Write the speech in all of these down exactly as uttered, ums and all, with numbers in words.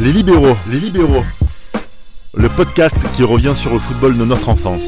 Les libéraux, les libéraux. Le podcast qui revient sur le football de notre enfance.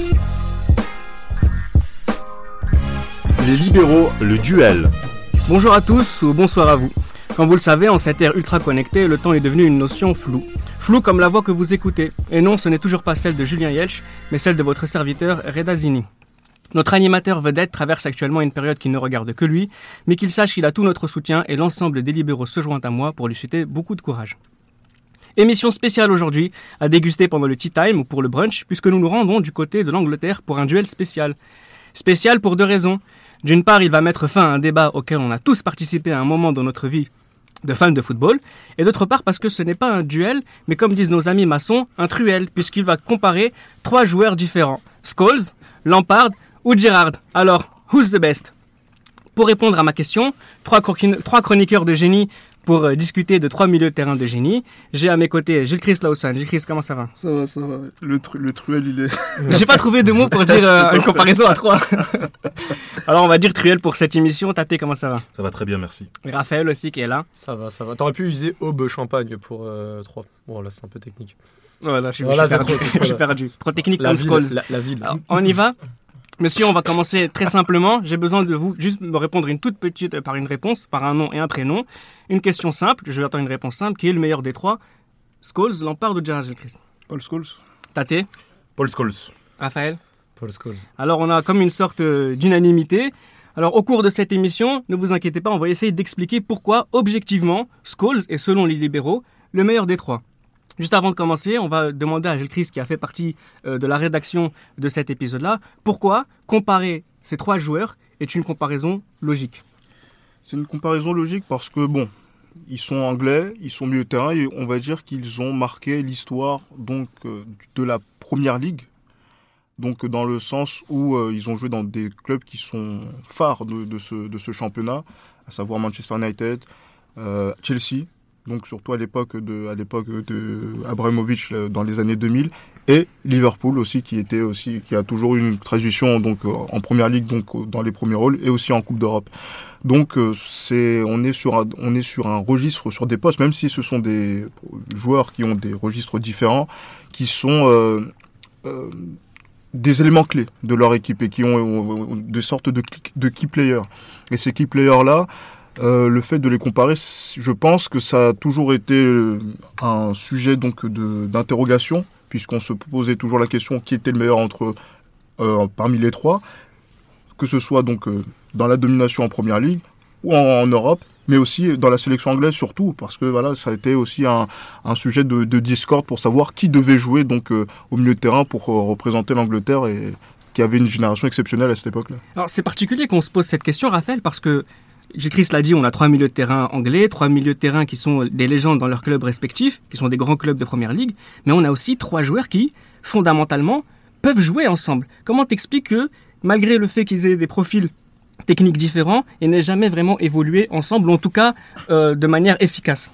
Les libéraux, le duel. Bonjour à tous ou bonsoir à vous. Comme vous le savez, en cette ère ultra connectée, le temps est devenu une notion floue. Floue comme la voix que vous écoutez. Et non, ce n'est toujours pas celle de Julien Yelch, mais celle de votre serviteur Reda Zini. Notre animateur vedette traverse actuellement une période qui ne regarde que lui, mais qu'il sache qu'il a tout notre soutien et l'ensemble des libéraux se joint à moi pour lui souhaiter beaucoup de courage. Émission spéciale aujourd'hui, à déguster pendant le tea time ou pour le brunch, puisque nous nous rendons du côté de l'Angleterre pour un duel spécial. Spécial pour deux raisons. D'une part, il va mettre fin à un débat auquel on a tous participé à un moment dans notre vie de fans de football, et d'autre part parce que ce n'est pas un duel, mais comme disent nos amis maçons, un truel, puisqu'il va comparer trois joueurs différents, Scholes, Lampard ou Gerrard. Alors, who's the best? Pour répondre à ma question, trois, cro- trois chroniqueurs de génie pour euh, discuter de trois milieux de terrain de génie. J'ai à mes côtés Gilles-Chris Lawson. Gilles-Chris, comment ça va? Ça va, ça va. Le, tru- le truel, il est... J'ai pas trouvé de mots pour dire euh, une comparaison à trois. Alors on va dire truel pour cette émission. Tate, comment ça va? Ça va très bien, merci. Et Raphaël aussi qui est là. Ça va, ça va. T'aurais pu user aube champagne pour euh, trois. Bon, là, c'est un peu technique. Voilà, je suis, Voilà, je suis c'est perdu. trop, c'est trop, Je suis là. perdu. Trop technique La comme ville, Scholes. la, la ville. Alors, on y va? Monsieur, on va commencer très simplement. J'ai besoin de vous juste me répondre une toute petite par une réponse, par un nom et un prénom. Une question simple, je vais attendre une réponse simple. Qui est le meilleur des trois? Scholes, Lampard ou Gerrard, Gilles-Chris? Paul Scholes. Tate, Paul Scholes. Raphaël? Paul Scholes. Alors on a comme une sorte euh, d'unanimité. Alors au cours de cette émission, ne vous inquiétez pas, on va essayer d'expliquer pourquoi, objectivement, Scholes est selon les libéraux le meilleur des trois. Juste avant de commencer, on va demander à Gilles Christ, qui a fait partie euh, de la rédaction de cet épisode-là, pourquoi comparer ces trois joueurs est une comparaison logique. C'est une comparaison logique parce que, bon, ils sont anglais, ils sont milieu de terrain et on va dire qu'ils ont marqué l'histoire donc, euh, de la Première Ligue. Donc dans le sens où euh, ils ont joué dans des clubs qui sont phares de, de, ce, de ce championnat, à savoir Manchester United, euh, Chelsea, donc surtout à l'époque de, à l'époque de Abramovich euh, dans les années deux mille, et Liverpool aussi qui était aussi qui a toujours eu une tradition donc euh, en Première Ligue donc euh, dans les premiers rôles et aussi en Coupe d'Europe. Donc euh, c'est on est sur un, on est sur un registre sur des postes, même si ce sont des joueurs qui ont des registres différents, qui sont euh, euh, des éléments clés de leur équipe et qui ont euh, des sortes de, de key players. Et ces key players là, Euh, le fait de les comparer, je pense que ça a toujours été un sujet donc de, d'interrogation, puisqu'on se posait toujours la question qui était le meilleur entre euh, parmi les trois, que ce soit donc euh, dans la domination en Première Ligue ou en, en Europe, mais aussi dans la sélection anglaise surtout, parce que voilà, ça a été aussi un, un sujet de, de discorde pour savoir qui devait jouer donc euh, au milieu de terrain pour euh, représenter l'Angleterre et qui avait une génération exceptionnelle à cette époque-là. Alors c'est particulier qu'on se pose cette question, Raphaël, parce que Gilles-Chris l'a dit, on a trois milieux de terrain anglais, trois milieux de terrain qui sont des légendes dans leurs clubs respectifs, qui sont des grands clubs de Première Ligue, mais on a aussi trois joueurs qui, fondamentalement, peuvent jouer ensemble. Comment t'expliques que, malgré le fait qu'ils aient des profils techniques différents, ils n'aient jamais vraiment évolué ensemble, ou en tout cas euh, de manière efficace?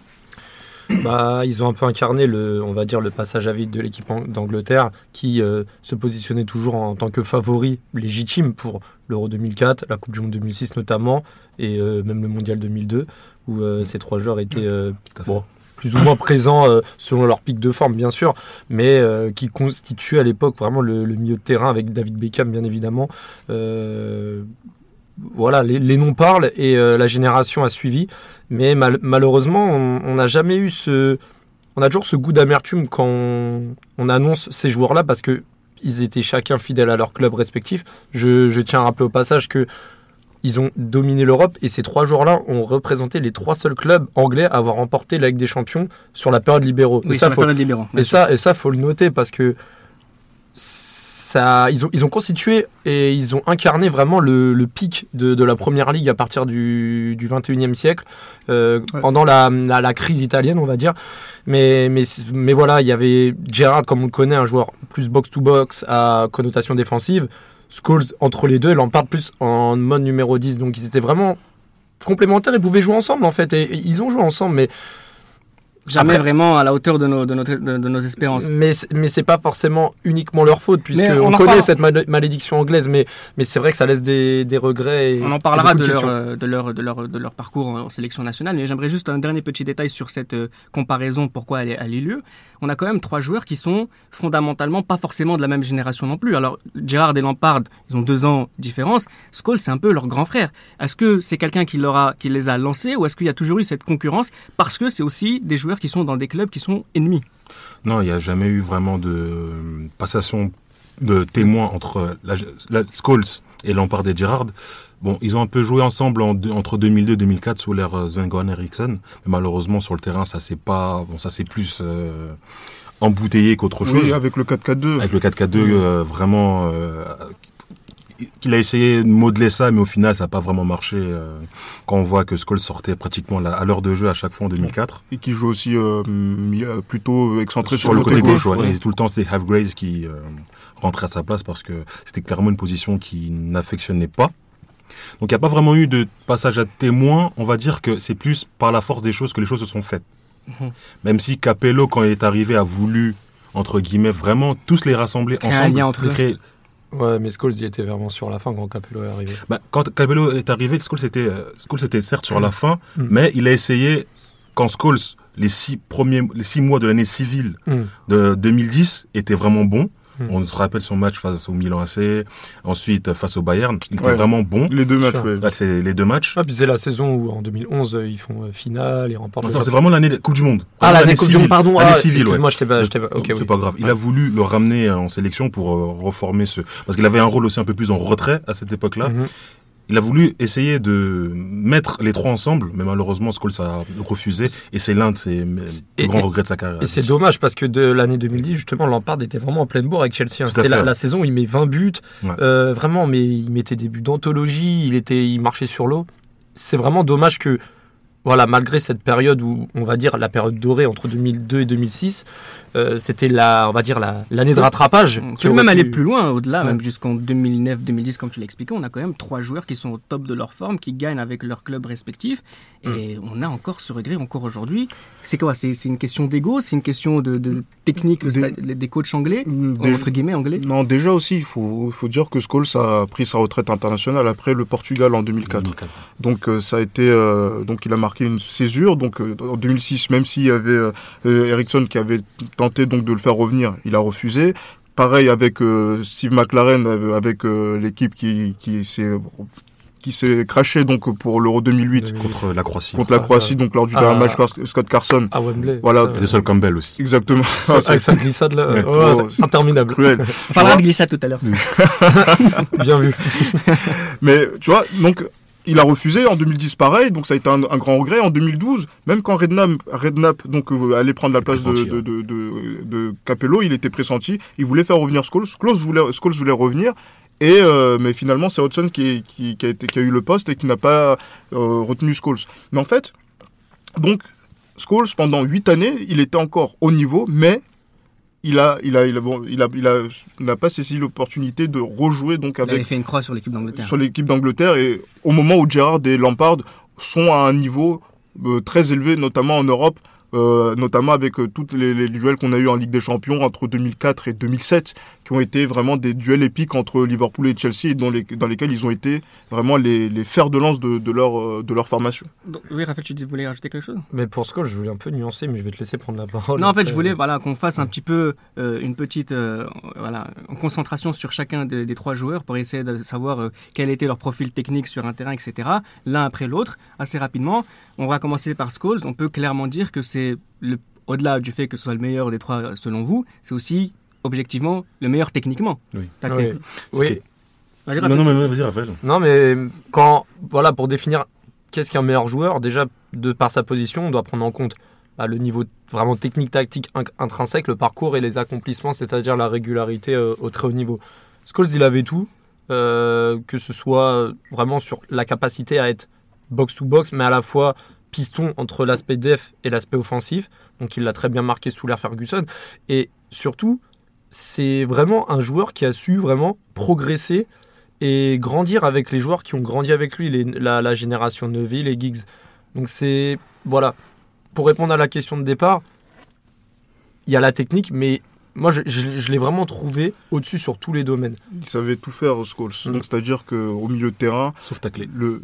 Bah, ils ont un peu incarné le, on va dire, le passage à vide de l'équipe d'Angleterre qui euh, se positionnait toujours en tant que favori légitime pour l'Euro deux mille quatre, la Coupe du Monde deux mille six notamment, et euh, même le Mondial deux mille deux, où euh, ces trois joueurs étaient euh, bon, plus ou moins présents euh, selon leur pic de forme, bien sûr, mais euh, qui constituaient à l'époque vraiment le, le milieu de terrain avec David Beckham, bien évidemment. Euh, Voilà, les, les noms parlent et euh, la génération a suivi, mais mal, malheureusement, on n'a jamais eu ce, on a toujours ce goût d'amertume quand on, on annonce ces joueurs-là parce que ils étaient chacun fidèles à leur club respectif. Je, je tiens à rappeler au passage que ils ont dominé l'Europe et ces trois joueurs-là ont représenté les trois seuls clubs anglais à avoir remporté la Ligue des Champions sur la période libéraux. Oui, et ça, sur la faut, période libéraux. et ça, et ça, faut le noter parce que Ça, ils, ont, ils ont constitué et ils ont incarné vraiment le, le pic de, de la Première Ligue à partir du, du vingt et unième siècle, euh, ouais. pendant la, la, la crise italienne, on va dire. Mais, mais, mais voilà, il y avait Gerrard, comme on le connaît, un joueur plus box-to-box à connotation défensive. Scholes entre les deux, Lampard plus en mode numéro dix. Donc ils étaient vraiment complémentaires, ils pouvaient jouer ensemble en fait. Et, et ils ont joué ensemble, mais jamais Après, vraiment à la hauteur de nos, de notre, de, de nos espérances. Mais, mais c'est pas forcément uniquement leur faute, puisqu'on on connaît parle... cette mal- malédiction anglaise, mais, mais c'est vrai que ça laisse des, des regrets. Et, on en parlera de, de, de, leur, de, leur, de, leur, de leur parcours en sélection nationale, mais j'aimerais juste un dernier petit détail sur cette euh, comparaison, pourquoi elle, elle a lieu. On a quand même trois joueurs qui sont fondamentalement pas forcément de la même génération non plus. Alors, Gerrard et Lampard, ils ont deux ans de différence. Scholes, c'est un peu leur grand frère. Est-ce que c'est quelqu'un qui, leur a, qui les a lancés ou est-ce qu'il y a toujours eu cette concurrence parce que c'est aussi des joueurs qui sont dans des clubs qui sont ennemis? Non, il n'y a jamais eu vraiment de passation de témoins entre la, la, Scholes et Lampard et Gerrard. Bon, ils ont un peu joué ensemble en, entre deux mille deux et deux mille quatre sous l'ère Sven-Göran Eriksson, mais malheureusement sur le terrain, ça c'est pas, bon, ça c'est plus euh, embouteillé qu'autre chose. Oui, avec le quatre quatre deux. Avec le quatre quatre deux, mmh. euh, vraiment, euh, qu'il a essayé de modeler ça, mais au final, ça n'a pas vraiment marché. Euh, quand on voit que Scholes sortait pratiquement à l'heure de jeu à chaque fois en deux mille quatre. Et qui joue aussi euh, plutôt excentré sur, sur le côté gauche. gauche ouais. Ouais. Et tout le temps, c'est Hargreaves qui euh, rentrait à sa place parce que c'était clairement une position qu'il n'affectionnait pas. Donc il n'y a pas vraiment eu de passage à témoin. On va dire que c'est plus par la force des choses que les choses se sont faites. Mmh. Même si Capello, quand il est arrivé, a voulu, entre guillemets, vraiment tous les rassembler créer ensemble. Un lien entre créer... Ouais, mais Scholes y était vraiment sur la fin quand Capello est arrivé. Bah, quand Capello est arrivé, Scholes était, euh, Scholes était certes sur mmh. la fin, mmh. mais il a essayé, quand Scholes, les six, premiers, les six mois de l'année civile mmh. de deux mille dix étaient vraiment bons. On se rappelle son match face au Milan A C, ensuite face au Bayern, il était ouais, vraiment bon. Les deux matchs, ouais. Là, c'est les deux matchs. Ah, puis c'est la saison où en deux mille onze ils font euh, finale, ils remportent. Non, ça, c'est vraiment l'année de Coupe du Monde. Ah, l'année Coupe du Monde, pardon. L'année ah, civile, ouais. Moi, je t'ai pas. Je t'ai pas... Okay, c'est oui. pas grave. Il ouais. a voulu le ramener en sélection pour euh, reformer ce, parce qu'il avait un rôle aussi un peu plus en retrait à cette époque-là. Mm-hmm. Il a voulu essayer de mettre les trois ensemble, mais malheureusement, Scholes a refusé, et c'est l'un de ses plus grands regrets de sa carrière. Et c'est dommage, parce que de l'année deux mille dix, justement, Lampard était vraiment en pleine bourre avec Chelsea. Hein. C'était la, la saison où il met vingt buts, ouais. euh, vraiment, mais il mettait des buts d'anthologie, il, était, il marchait sur l'eau. C'est vraiment dommage que, voilà, malgré cette période où, on va dire, la période dorée entre deux mille deux et deux mille six, euh, c'était la, on va dire, la, l'année de rattrapage. On peut même pu... aller plus loin, au-delà, ouais. même jusqu'en deux mille neuf deux mille dix, comme tu l'as expliqué, on a quand même trois joueurs qui sont au top de leur forme, qui gagnent avec leurs clubs respectifs, et mmh. on a encore ce regret, encore aujourd'hui. C'est quoi? C'est, c'est une question d'ego? C'est une question de, de technique des, des coachs anglais, déjà, entre guillemets anglais? Non, déjà aussi, il faut, faut dire que Scholes a pris sa retraite internationale après le Portugal en deux mille quatre. deux mille quatre. Donc euh, ça a été, euh, donc il a marqué une césure. Donc euh, en deux mille six, même s'il y avait euh, Eriksson qui avait tenté donc de le faire revenir, il a refusé. Pareil avec euh, Steve McLaren, avec euh, l'équipe qui, qui s'est qui s'est craché donc pour l'Euro deux mille huit contre la Croatie. Contre la Croatie, donc lors du dernier match Scott Carson. À Wembley. Voilà. Et de Sol Campbell aussi. Exactement. Ça, avec sa glissade là, ouais. oh, c'est interminable. Cruel. On parlera de glissade tout à l'heure. Bien vu. Mais tu vois, donc il a refusé en deux mille dix, pareil, donc ça a été un, un grand regret. En deux mille douze, même quand Redknapp, Redknapp donc euh, allait prendre la place de, de, de, de, de Capello, il était pressenti. Il voulait faire revenir Scholes. Scholes voulait, Scholes voulait revenir. Et euh, mais finalement, c'est Hodgson qui, qui, qui, a été, qui a eu le poste et qui n'a pas euh, retenu Scholes. Mais en fait, donc Scholes pendant huit années, il était encore au niveau, mais il a, il a, il a, bon, il a, il a, il n'a pas saisi l'opportunité de rejouer donc avec. Il avait fait une croix sur l'équipe d'Angleterre. Sur l'équipe d'Angleterre, et au moment où Gerrard et Lampard sont à un niveau euh, très élevé, notamment en Europe. Euh, notamment avec euh, tous les, les duels qu'on a eu en Ligue des Champions entre deux mille quatre et deux mille sept, qui ont été vraiment des duels épiques entre Liverpool et Chelsea, et dans, les, dans lesquels ils ont été vraiment les, les fers de lance de, de, leur, de leur formation. Donc, oui, Raphaël, tu voulais rajouter quelque chose? Mais pour Scholes, je voulais un peu nuancer, mais je vais te laisser prendre la parole. Non, en fait, je voulais voilà, qu'on fasse un petit peu euh, une petite euh, voilà, en concentration sur chacun des, des trois joueurs pour essayer de savoir euh, quel était leur profil technique sur un terrain, et cetera, l'un après l'autre, assez rapidement. On va commencer par Scholes. On peut clairement dire que c'est le au-delà du fait que ce soit le meilleur des trois selon vous, c'est aussi objectivement le meilleur techniquement. Oui. Oui. oui. Allez, non, non, mais vas-y, Raphaël. Non, mais quand, voilà, pour définir qu'est-ce qu'un meilleur joueur, déjà, de par sa position, on doit prendre en compte bah, le niveau vraiment technique, tactique, intrinsèque, le parcours et les accomplissements, c'est-à-dire la régularité euh, au très haut niveau. Scholes, il avait tout, euh, que ce soit vraiment sur la capacité à être box-to-box, mais à la fois piston entre l'aspect def et l'aspect offensif, donc il l'a très bien marqué sous l'ère Ferguson, et surtout, c'est vraiment un joueur qui a su vraiment progresser et grandir avec les joueurs qui ont grandi avec lui, les, la, la génération Neville et Giggs. Donc c'est, voilà, pour répondre à la question de départ, il y a la technique, mais moi, je, je, je l'ai vraiment trouvé au-dessus sur tous les domaines. Il savait tout faire, Scholes. Mm. Donc, c'est-à-dire qu'au milieu de terrain, Sauf tacler. le,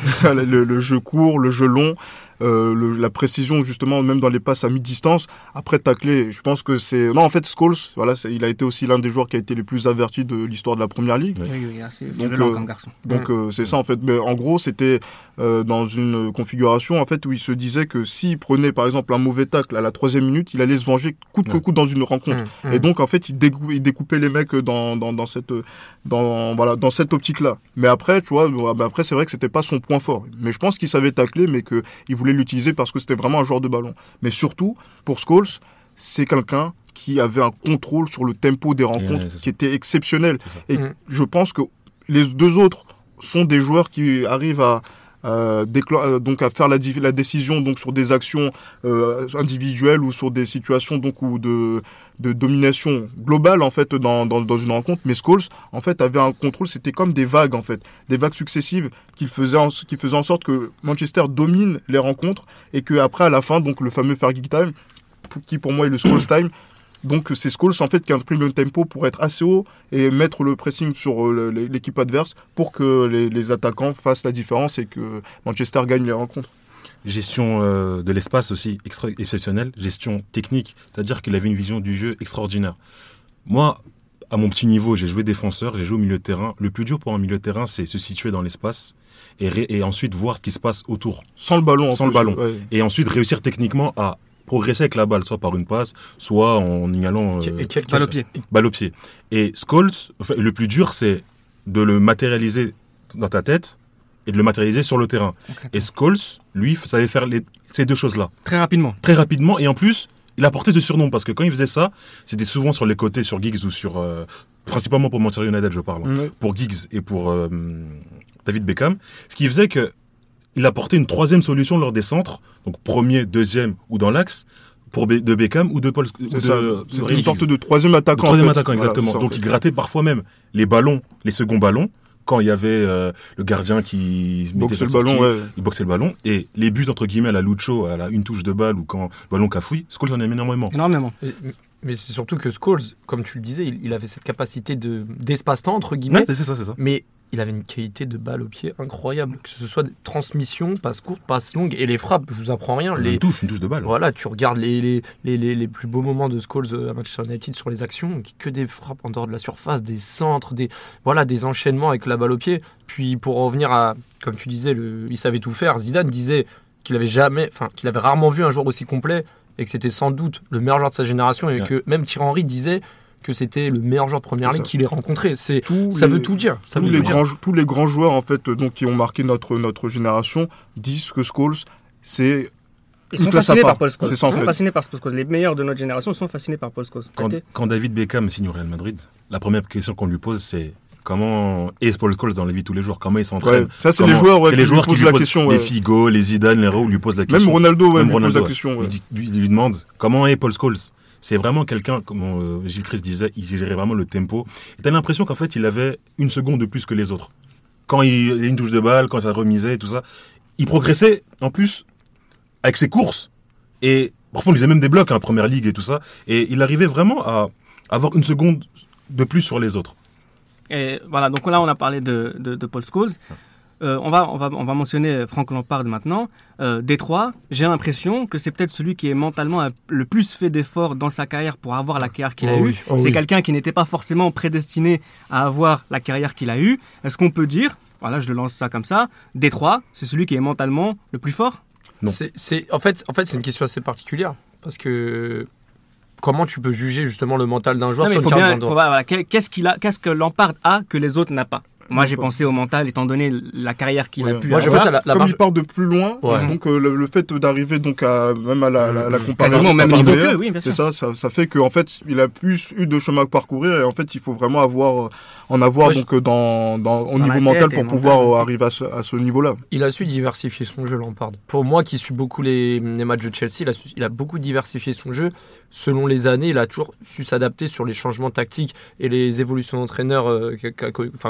le, le jeu court, le jeu long, euh, le, la précision, justement, même dans les passes à mi-distance. Après, tacler, je pense que c'est... Non, en fait, Scholes, voilà, c'est, il a été aussi l'un des joueurs qui a été les plus avertis de l'histoire de la Première Ligue. Ouais. Oui, oui, assez Donc, violent euh, comme garçon. Donc Mm. euh, c'est ça en fait. Mais en gros, c'était euh, dans une configuration en fait où il se disait que s'il prenait par exemple un mauvais tacle à la troisième minute, il allait se venger coûte que Ouais. coûte dans une rencontre. Mmh, mmh. Et donc en fait, il, décou- il découpait les mecs dans dans, dans cette dans voilà dans cette optique-là. Mais après, tu vois, bon, bah, après c'est vrai que c'était pas son point fort. Mais je pense qu'il savait tacler, mais que il voulait l'utiliser parce que c'était vraiment un joueur de ballon. Mais surtout pour Scholes, c'est quelqu'un qui avait un contrôle sur le tempo des rencontres ouais, c'est ça. qui était exceptionnel. C'est ça. Et Mm. je pense que les deux autres sont des joueurs qui arrivent à, euh, décla- euh, donc à faire la, di- la décision donc sur des actions euh, individuelles ou sur des situations donc ou de, de domination globale en fait dans, dans, dans une rencontre. Mais Scholes en fait avait un contrôle, c'était comme des vagues en fait, des vagues successives qui faisaient en, qui faisaient en sorte que Manchester domine les rencontres et que après à la fin donc le fameux Fergie time qui pour moi est le Scholes time. Donc c'est Scholes en fait qui imprime le tempo pour être assez haut et mettre le pressing sur euh, le- l'équipe adverse pour que les, les attaquants fassent la différence et que Manchester gagne les rencontres. Gestion euh, de l'espace aussi extra exceptionnelle, gestion technique, c'est-à-dire qu'il avait une vision du jeu extraordinaire. Moi, à mon petit niveau, j'ai joué défenseur, j'ai joué au milieu de terrain. Le plus dur pour un milieu de terrain, c'est se situer dans l'espace et, ré- et ensuite voir ce qui se passe autour. Sans le ballon en Sans le plus, ballon. ouais. Et ensuite réussir techniquement à progresser avec la balle, soit par une passe, soit en y allant euh, Et quel- Balle au pied. balle au pied. Et Scholes, enfin, le plus dur, c'est de le matérialiser dans ta tête et de le matérialiser sur le terrain. Et Scholes, lui, savait faire les, ces deux choses-là Très rapidement. très rapidement. Et en plus, il a porté ce surnom parce que quand il faisait ça, c'était souvent sur les côtés, sur Giggs ou sur... Euh, principalement pour Manchester United, je parle. Mhm. Pour Giggs et pour euh, David Beckham. Ce qui faisait que il apportait une troisième solution lors des centres, donc premier, deuxième ou dans l'axe, pour Be- de Beckham ou de Paul. ou C'est de- ça. de C'était Riggs. une sorte de troisième De attaquant. troisième en fait. attaquant, Voilà, exactement. c'est ça, en Donc fait. il grattait parfois même les ballons, les seconds ballons, quand il y avait euh, le gardien qui mettait Boxer sa le ballon, sortie, ouais. il boxait le ballon. Et les buts, entre guillemets, à la Lucho, à la une touche de balle ou quand le ballon cafouille, Scholes en aime énormément. Énormément. Et- Mais c'est surtout que Scholes, comme tu le disais, il, il avait cette capacité de, d'espace-temps, entre guillemets, Ouais, c'est ça, c'est ça. mais il avait une qualité de balle au pied incroyable. Que ce soit des transmissions, passes courtes, passes longues, et les frappes, je vous apprends rien. Les... Les, Une touche, une touche de balle. voilà, tu regardes les, les, les, les, les plus beaux moments de Scholes euh, à Manchester United sur les actions, que des frappes en dehors de la surface, des centres, des, voilà, des enchaînements avec la balle au pied. Puis pour revenir à, comme tu disais, le, il savait tout faire. Zidane disait qu'il avait jamais, enfin, qu'il avait rarement vu un joueur aussi complet et que c'était sans doute le meilleur joueur de sa génération et Ouais. que même Thierry Henry disait que c'était le meilleur joueur de première C'est ligue ça. qu'il ait rencontré. C'est, Tous ça les- veut tout dire. Ça tous veut les tout dire. grands, jou- tous les grands joueurs en fait, donc, qui ont marqué notre, notre génération disent que Scholes, c'est Ils une sont classe à fascinés part. par Paul Scholes. C'est ça, en Ils sont fait. fascinés par Paul Scholes. Les meilleurs de notre génération sont fascinés par Paul Scholes. Quand, T'as- quand David Beckham signe au Real Madrid, la première question qu'on lui pose, c'est comment est Paul Scholes dans la vie de tous les jours? Comment il s'entraîne? Ouais, ça c'est Comment- les joueurs, ouais, c'est qui les lui joueurs qui posent lui la posent question. les Ouais. Figo, les Zidane, les Raoult lui posent la question. Même Ronaldo, ouais, Même lui Ronaldo, pose la ouais. question. ouais. Il, dit- lui, il lui demande comment est Paul Scholes. C'est vraiment quelqu'un, comme euh, Gilles Christ disait, il gérait vraiment le tempo. Et t'as l'impression qu'en fait, il avait une seconde de plus que les autres. Quand il y a une touche de balle, quand ça remisait, tout ça, il progressait en plus avec ses courses. Et parfois, on lui faisait même des blocs en première ligue et tout ça. Et il arrivait vraiment à avoir une seconde de plus sur les autres. Et voilà, donc là on a parlé de, de, de Paul Scholes. Euh, on, va, on, va, on va mentionner Frank Lampard maintenant. Euh, Détroit, j'ai l'impression que c'est peut-être celui qui est mentalement le plus fait d'efforts dans sa carrière pour avoir la carrière qu'il a Oh eue. oui, oh c'est oui. quelqu'un qui n'était pas forcément prédestiné à avoir la carrière qu'il a eue. Est-ce qu'on peut dire, voilà, je le lance ça comme ça, Détroit, c'est celui qui est mentalement le plus fort? Non. C'est, c'est, en fait, en fait, c'est une question assez particulière parce que comment tu peux juger justement le mental d'un joueur Non, mais sur il une faut bien, carte faut- d'endroit. voilà, qu'est-ce, qu'il a, qu'est-ce que Lampard a que les autres n'ont pas? Moi, j'ai Ouais. pensé au mental, étant donné la carrière qu'il a Ouais. pu Moi, je avoir. vois ça, la, la Comme marge- il part de plus loin, Ouais. donc euh, le, le fait d'arriver donc à même à la, la, la comparaison, Quasiment au même par niveau meilleur, qu'eux, oui, bien c'est sûr. ça, ça, ça fait qu'en fait il a plus eu de chemin à parcourir et en fait il faut vraiment avoir en avoir Ouais, donc euh, dans, dans au Dans niveau la mental tête et pour mental. pouvoir euh, arriver à ce, à ce niveau-là. Il a su diversifier son jeu, Lampard. Pour moi, qui suis beaucoup les, les matchs de Chelsea, il a, su- il a beaucoup diversifié son jeu. Selon les années, il a toujours su s'adapter sur les changements tactiques et les évolutions d'entraîneurs euh, qu'a- qu'a- enfin, qu'ont connu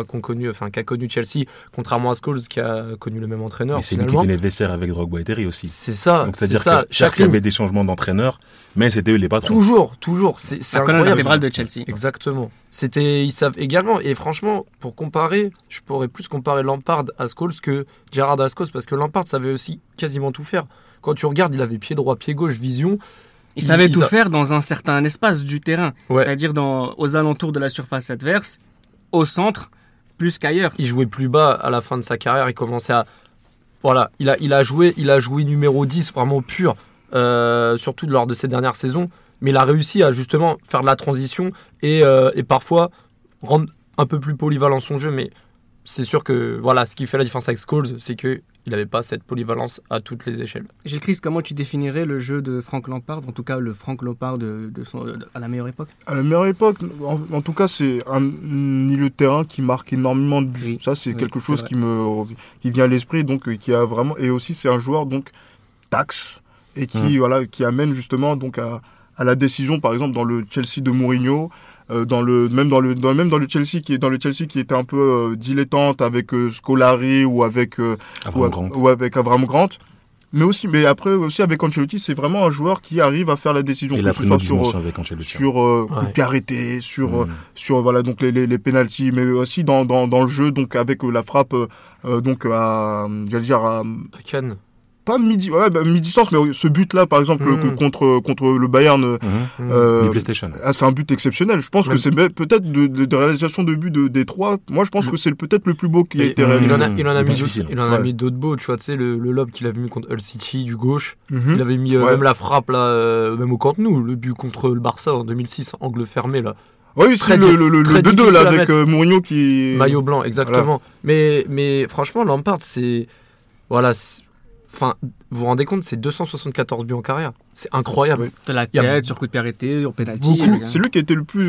connu, enfin qui a connu Chelsea, contrairement à Scholes qui a connu le même entraîneur. Mais c'est lui qui tenait le vestiaire avec Drogba et Terry aussi. C'est ça. Donc c'est-à-dire c'est ça. que chaque il y avait des changements d'entraîneur, mais c'était eux les patrons. Toujours, toujours. C'est, c'est la colonne incroyable. vertébrale de Chelsea. Exactement. C'était, ils savent également. Et franchement, pour comparer, je pourrais plus comparer Lampard à Scholes que Gerrard à Scholes, parce que Lampard savait aussi quasiment tout faire. Quand tu regardes, il avait pied droit, pied gauche, vision. Il savait il tout a... faire dans un certain espace du terrain, ouais. c'est-à-dire dans, aux alentours de la surface adverse, au centre, plus qu'ailleurs. Il jouait plus bas à la fin de sa carrière. Il commençait à, voilà, il a, il a joué, il a joué numéro dix vraiment pur, euh, surtout lors de ses dernières saisons. Mais il a réussi à justement faire de la transition et, euh, et parfois rendre un peu plus polyvalent son jeu. Mais c'est sûr que voilà, ce qui fait la différence avec Scholes, c'est que il n'avait pas cette polyvalence à toutes les échelles. Gilles Christ, comment tu définirais le jeu de Frank Lampard, en tout cas le Frank Lampard de, de son, de, à la meilleure époque? À la meilleure époque, en, en tout cas, c'est un milieu de terrain qui marque énormément de buts. Oui. Ça, c'est Oui, quelque c'est chose vrai. qui me qui vient à l'esprit, donc qui a vraiment et aussi c'est un joueur donc d'axe et qui Mmh. voilà qui amène justement donc à, à la décision, par exemple dans le Chelsea de Mourinho. Euh, dans le même dans le dans, même dans le Chelsea qui est dans le Chelsea qui était un peu euh, dilettante avec euh, Scolari ou avec euh, ou, Avram Grant. ou avec Avram Grant, mais aussi mais après aussi avec Ancelotti, c'est vraiment un joueur qui arrive à faire la décision, Et que la ce soit sur dimension avec Ancelotti. sur euh, Ouais. coup de pied arrêté, sur euh, Mmh. sur voilà donc les les, les pénaltys, mais aussi dans, dans dans le jeu donc avec euh, la frappe euh, euh, donc à j'allais dire à, À Cannes. pas midi ouais bah, mi-distance, mais ce but là par exemple Mmh. que- contre contre le Bayern euh, Mmh. euh, Les PlayStation. ah, c'est un but exceptionnel. Je pense Même- que c'est be- peut-être de, de, de réalisation de but de, des trois. Moi, je pense Le- que c'est le- peut-être le plus beau qui a Et été il réalisé. en a, il en a C'est mis difficile. d'autres, il en a Ouais. mis d'autres beaux, tu vois, tu sais, le, le lob qu'il avait mis contre Hull City du gauche. Mhm. Il avait mis euh, Ouais. même la frappe, là, euh, même au Camp Nou, le but contre le Barça en deux mille six, angle fermé, là. Oui, Très c'est le, di- le, le, très le deux deux difficile là à avec mettre. euh, Mourinho qui. Maillot blanc, exactement. Mais, mais franchement, Lampard, c'est. Voilà. c'est- Enfin, vous vous rendez compte, c'est deux cent soixante-quatorze buts en carrière. C'est incroyable. Oui. De la Il y a tête, sur coup de pied arrêté, au pénalty. Beaucoup. C'est lui qui a été le plus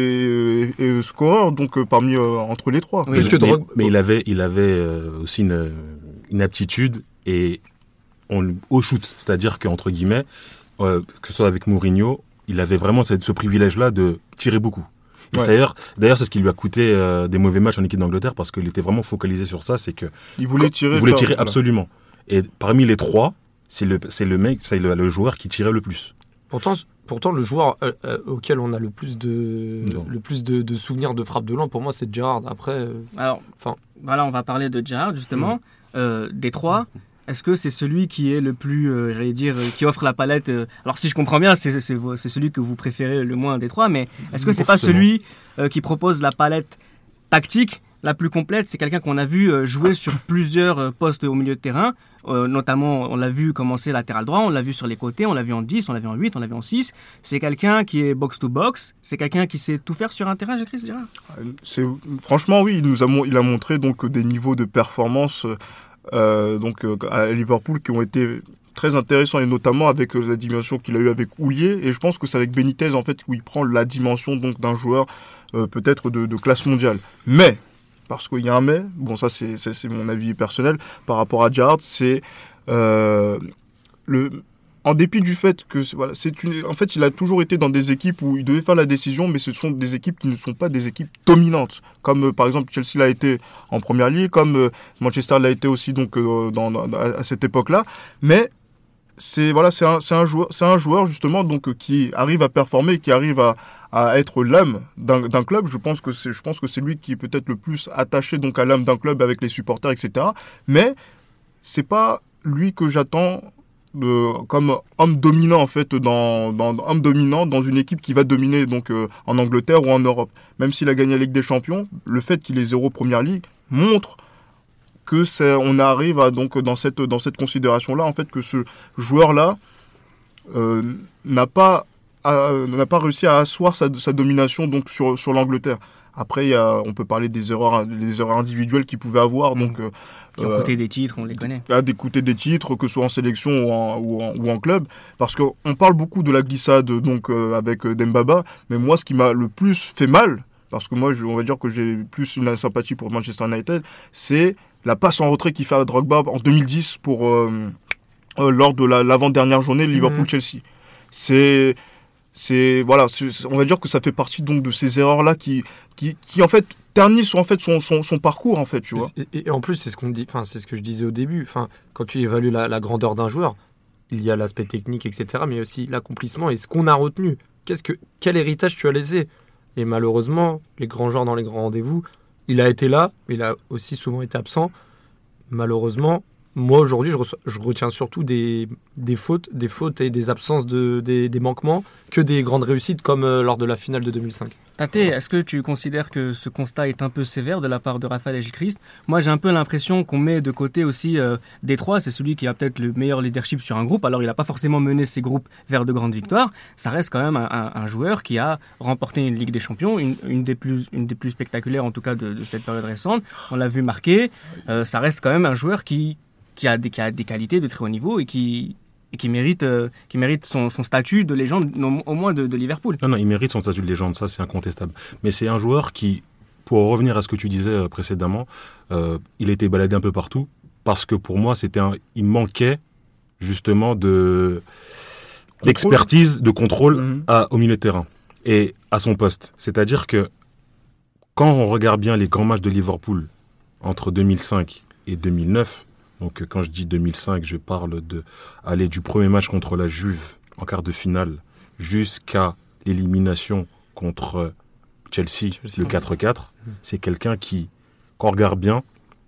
euh, euh, euh, scoreur donc euh, parmi euh, entre les trois. Oui. Plus que mais, Drogba. mais il avait, il avait euh, aussi une, une aptitude et on, au shoot, c'est-à-dire qu'entre guillemets, euh, que ce soit avec Mourinho, il avait vraiment cette, ce privilège-là de tirer beaucoup. Et Ouais. d'ailleurs, d'ailleurs, c'est ce qui lui a coûté euh, des mauvais matchs en équipe d'Angleterre parce qu'il était vraiment focalisé sur ça, c'est que Il voulait tirer. il voulait faire- tirer voilà. absolument. Et parmi les trois, c'est le, c'est le mec, c'est le, le joueur qui tirait le plus. Pourtant, pourtant, le joueur euh, euh, auquel on a le plus de, Non. le plus de, de souvenirs de frappe de loin, pour moi, c'est Gerrard. Après, euh, Alors, Enfin. voilà, on va parler de Gerrard, justement. Mm. Euh, des trois, est-ce que c'est celui qui est le plus, euh, j'allais dire, euh, qui offre la palette euh, Alors, si je comprends bien, c'est, c'est, vo- c'est celui que vous préférez le moins des trois, mais est-ce que c'est pas Forcément. celui euh, qui propose la palette tactique la plus complète? C'est quelqu'un qu'on a vu euh, jouer sur plusieurs euh, postes au milieu de terrain. Euh, notamment, on l'a vu commencer latéral droit, on l'a vu sur les côtés, on l'a vu en dix, on l'a vu en huit, on l'a vu en six. C'est quelqu'un qui est box-to-box, c'est quelqu'un qui sait tout faire sur un terrain, j'ai Chris Gerrard. C'est franchement oui, il nous a mon- il a montré donc des niveaux de performance euh, donc euh, à Liverpool qui ont été très intéressants et notamment avec euh, la dimension qu'il a eu avec Houllier, et je pense que c'est avec Benitez en fait où il prend la dimension donc d'un joueur euh, peut-être de, de classe mondiale. Mais parce qu'il y a un mais, bon ça c'est c'est, c'est mon avis personnel par rapport à Gerrard, c'est euh, le en dépit du fait que c'est- voilà, c'est une, en fait, il a toujours été dans des équipes où il devait faire la décision, mais ce sont des équipes qui ne sont pas des équipes dominantes, comme euh, par exemple Chelsea l'a été en Première Ligue, comme euh, Manchester l'a été aussi donc euh, dans, dans- à, à cette époque-là. Mais c'est voilà, c'est un, c'est un joueur, c'est un joueur justement donc euh, qui arrive à performer, qui arrive à, à être l'âme d'un, d'un club. Je pense que c'est, je pense que c'est lui qui est peut-être le plus attaché donc à l'âme d'un club avec les supporters, et cetera. Mais c'est pas lui que j'attends de, comme homme dominant en fait dans, dans homme dominant dans une équipe qui va dominer donc euh, en Angleterre ou en Europe. Même s'il a gagné la Ligue des Champions, le fait qu'il est zéro Première Ligue montre que c'est, on arrive à donc dans cette dans cette considération là en fait que ce joueur là euh, n'a pas à, n'a pas réussi à asseoir sa, sa domination donc sur sur l'Angleterre. Après, il y a, on peut parler des erreurs, des erreurs individuelles qu'il pouvait avoir, donc euh, Qui ont coûté des titres, on les connaît. à d'écouter des titres, que ce soit en sélection ou en, ou en, ou en club, parce qu'on parle beaucoup de la glissade donc euh, avec euh, Dembaba, mais moi ce qui m'a le plus fait mal, parce que moi je, on va dire que j'ai plus une sympathie pour Manchester United, c'est la passe en retrait qu'il fait à Drogba en deux mille dix pour euh, euh, lors de la, l'avant-dernière journée de Liverpool-Chelsea. C'est c'est voilà, c'est, on va dire que ça fait partie donc de ces erreurs là qui qui qui en fait ternissent en fait son, son, son parcours en fait, tu vois. Et, et en plus, c'est ce qu'on dit, enfin, c'est ce que je disais au début. Enfin, quand tu évalues la, la grandeur d'un joueur, il y a l'aspect technique, et cetera, mais aussi l'accomplissement et ce qu'on a retenu. Qu'est-ce que, quel héritage tu as laissé? Et malheureusement, les grands joueurs dans les grands rendez-vous, il a été là, mais il a aussi souvent été absent. Malheureusement, moi aujourd'hui, je, re- je retiens surtout des, des fautes, des fautes et des absences de des, des manquements que des grandes réussites comme euh, lors de la finale de deux mille cinq. Tate, est-ce que tu considères que ce constat est un peu sévère de la part de Raphaël et J-Christ? Moi, j'ai un peu l'impression qu'on met de côté aussi euh, Détroit, c'est celui qui a peut-être le meilleur leadership sur un groupe. Alors, il n'a pas forcément mené ses groupes vers de grandes victoires. Ça reste quand même un, un, un joueur qui a remporté une Ligue des Champions, une, une, des, plus, une des plus spectaculaires en tout cas de, de cette période récente. On l'a vu marquer. Euh, ça reste quand même un joueur qui, qui, a des, qui a des qualités de très haut niveau et qui... et qui mérite, euh, qui mérite son, son statut de légende, non, au moins de, de Liverpool. Non, non, il mérite son statut de légende, ça c'est incontestable. Mais c'est un joueur qui, pour revenir à ce que tu disais euh, précédemment, euh, il a été baladé un peu partout, parce que pour moi, c'était un, il manquait justement de, d'expertise, de contrôle mmh. à, au milieu de terrain et à son poste. C'est-à-dire que quand on regarde bien les grands matchs de Liverpool entre deux mille cinq et deux mille neuf, donc quand je dis deux mille cinq, je parle de aller du premier match contre la Juve en quart de finale jusqu'à l'élimination contre Chelsea, Chelsea le quatre quatre. Mmh. C'est quelqu'un qui, quand on regarde bien,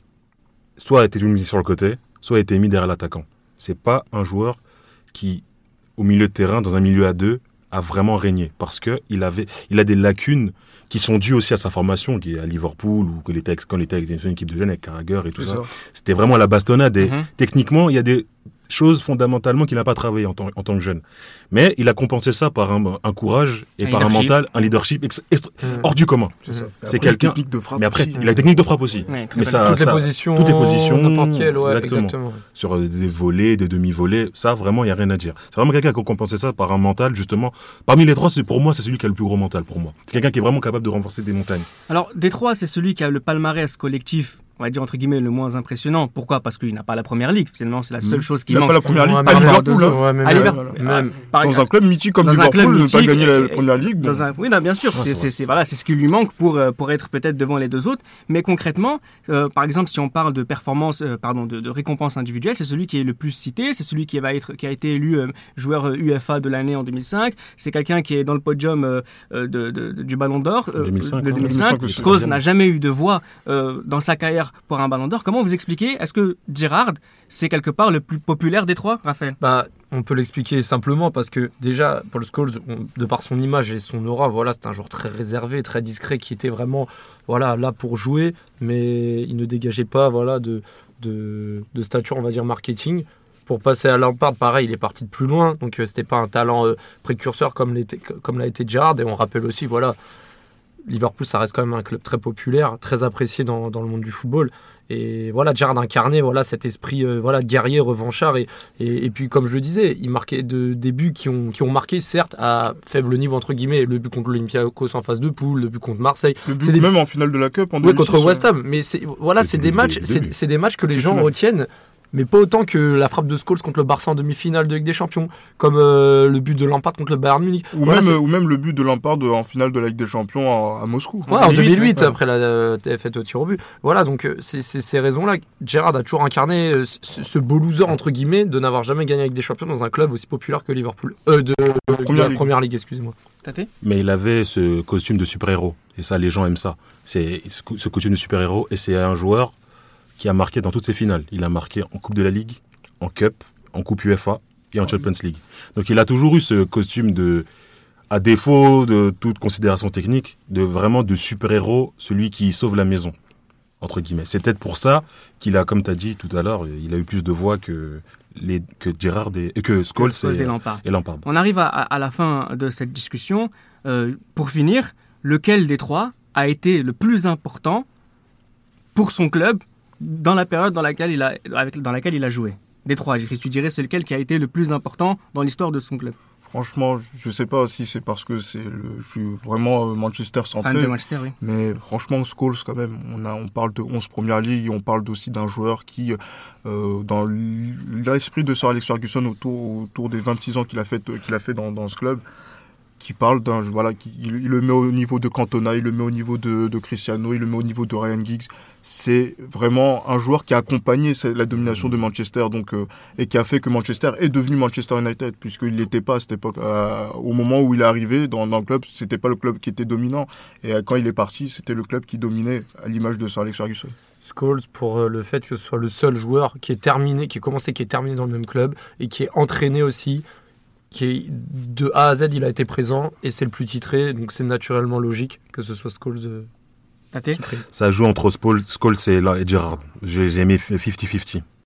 soit a été mis sur le côté, soit a été mis derrière l'attaquant. C'est pas un joueur qui, au milieu de terrain, dans un milieu à deux, a vraiment régné parce que il avait, il a des lacunes qui sont dues aussi à sa formation, qui est à Liverpool ou quand il était, quand il était avec une équipe de jeunes avec Carragher et tout ça. ça. C'était vraiment la bastonnade. Et mm-hmm. techniquement, il y a des choses fondamentalement qu'il n'a pas travaillé en tant, en tant que jeune. Mais il a compensé ça par un, un courage et un par leadership. un mental, un leadership ex, ext, mmh. hors du commun. C'est, ça. c'est quelqu'un. De frappe mais après, aussi. il a la technique de frappe aussi. Ouais, mais ça, toutes, ça, les positions, toutes les positions, n'importe quelle, ouais, exactement. exactement. Sur des volets, des demi-volets, ça vraiment, il y a rien à dire. C'est vraiment quelqu'un qui a compensé ça par un mental justement. Parmi les trois, c'est pour moi, c'est celui qui a le plus gros mental pour moi. C'est quelqu'un qui est vraiment capable de renforcer des montagnes. Alors, Détroit, c'est celui qui a le palmarès collectif, on va dire entre guillemets le moins impressionnant. Pourquoi? Parce qu'il n'a pas la première ligue. Finalement, c'est la seule chose qui il manque. Il n'a pas la première ligue. Ouais, à Liverpool. Hein. Ouais, même, à Liverpool. Même, même, dans exemple, un club mythique comme Liverpool, ne pas gagner la première ligue. Bon. Un... Oui, non, bien sûr. Non, c'est, c'est, c'est, voilà, c'est ce qui lui manque pour, pour être peut-être devant les deux autres. Mais concrètement, euh, par exemple, si on parle de performance, euh, pardon, de, de récompense individuelle, c'est celui qui est le plus cité. C'est celui qui va être, qui a été élu euh, joueur U F A de l'année en deux mille cinq. C'est quelqu'un qui est dans le podium euh, de, de, de, du Ballon d'Or euh, deux mille cinq, de deux mille cinq. Scholes n'a jamais eu de voix euh, dans sa carrière pour un Ballon d'Or. Comment vous expliquez? Est-ce que Gerrard, c'est quelque part le plus populaire des trois, Raphaël? Bah, on peut l'expliquer simplement parce que déjà, Paul Scholes, on, de par son image et son aura, voilà, c'est un joueur très réservé, très discret, qui était vraiment voilà, là pour jouer, mais il ne dégageait pas voilà, de, de, de stature, on va dire, marketing. Pour passer à Lampard, pareil, il est parti de plus loin, donc euh, c'était pas un talent euh, précurseur comme, comme l'a été Gerrard. Et on rappelle aussi, voilà, Liverpool, ça reste quand même un club très populaire, très apprécié dans, dans le monde du football. Et voilà, Gerrard incarnait voilà, cet esprit euh, voilà, guerrier, revanchard. Et, et, et puis, comme je le disais, il marquait de, des buts qui ont, qui ont marqué, certes, à faible niveau, entre guillemets. Le but contre l'Olympiakos en phase de poule, le but contre Marseille. Le but c'est des... même en finale de la Cup en deux mille six. Oui, contre West Ham. Mais c'est, voilà, c'est, c'est, des matchs, c'est, c'est des matchs que les gens retiennent. Mais pas autant que la frappe de Scholes contre le Barça en demi-finale de Ligue des Champions, comme euh, le but de Lampard contre le Bayern Munich. Ou, voilà, même, ou même le but de Lampard en finale de la Ligue des Champions à, à Moscou. Ouais, en deux mille huit, ouais. Après la euh, défaite au tir au but. Voilà, donc c'est, c'est ces raisons-là. Gerrard a toujours incarné euh, ce, ce beau loser, entre guillemets, de n'avoir jamais gagné la Ligue des Champions dans un club aussi populaire que Liverpool. Euh, de, de, de la ligue. Première Ligue, excusez-moi. Tate ? Mais il avait ce costume de super-héros. Et ça, les gens aiment ça. C'est ce costume de super-héros. Et c'est un joueur qui a marqué dans toutes ses finales. Il a marqué en Coupe de la Ligue, en Cup, en Coupe U F A et en Champions League. Donc il a toujours eu ce costume de, à défaut de toute considération technique, de vraiment de super-héros, celui qui sauve la maison, entre guillemets. C'est peut-être pour ça qu'il a, comme tu as dit tout à l'heure, il a eu plus de voix que, les, que Gerrard et que Scholes et, et, Lampard. et Lampard. On arrive à, à la fin de cette discussion. Euh, pour finir, lequel des trois a été le plus important pour son club dans la période dans laquelle il a, avec, dans laquelle il a joué? Des trois, tu dirais c'est lequel qui a été le plus important dans l'histoire de son club? Franchement, je ne sais pas si c'est parce que c'est le, je suis vraiment Manchester centré. Fan de Manchester, oui. Mais franchement, Scholes, quand même, on, a, on parle de onze première ligue, on parle aussi d'un joueur qui, euh, dans l'esprit de Sir Alex Ferguson autour, autour des vingt-six ans qu'il a fait, qu'il a fait dans, dans ce club, qui parle d'un, voilà, qui, il, il le met au niveau de Cantona, il le met au niveau de, de Cristiano, il le met au niveau de Ryan Giggs. C'est vraiment un joueur qui a accompagné la domination de Manchester, donc euh, et qui a fait que Manchester est devenu Manchester United, puisqu'il n'était pas à cette époque. Euh, au moment où il est arrivé dans, dans le club, c'était pas le club qui était dominant, et euh, quand il est parti, c'était le club qui dominait, à l'image de Sir Alex Ferguson. Scholes pour euh, le fait que ce soit le seul joueur qui est terminé, qui est commencé, qui est terminé dans le même club et qui est entraîné aussi, qui est de A à Z, il a été présent et c'est le plus titré, donc c'est naturellement logique que ce soit Scholes. Euh, Tate ? Ça joue entre Scholes et, et Gerrard. J'ai, j'ai aimé cinquante cinquante.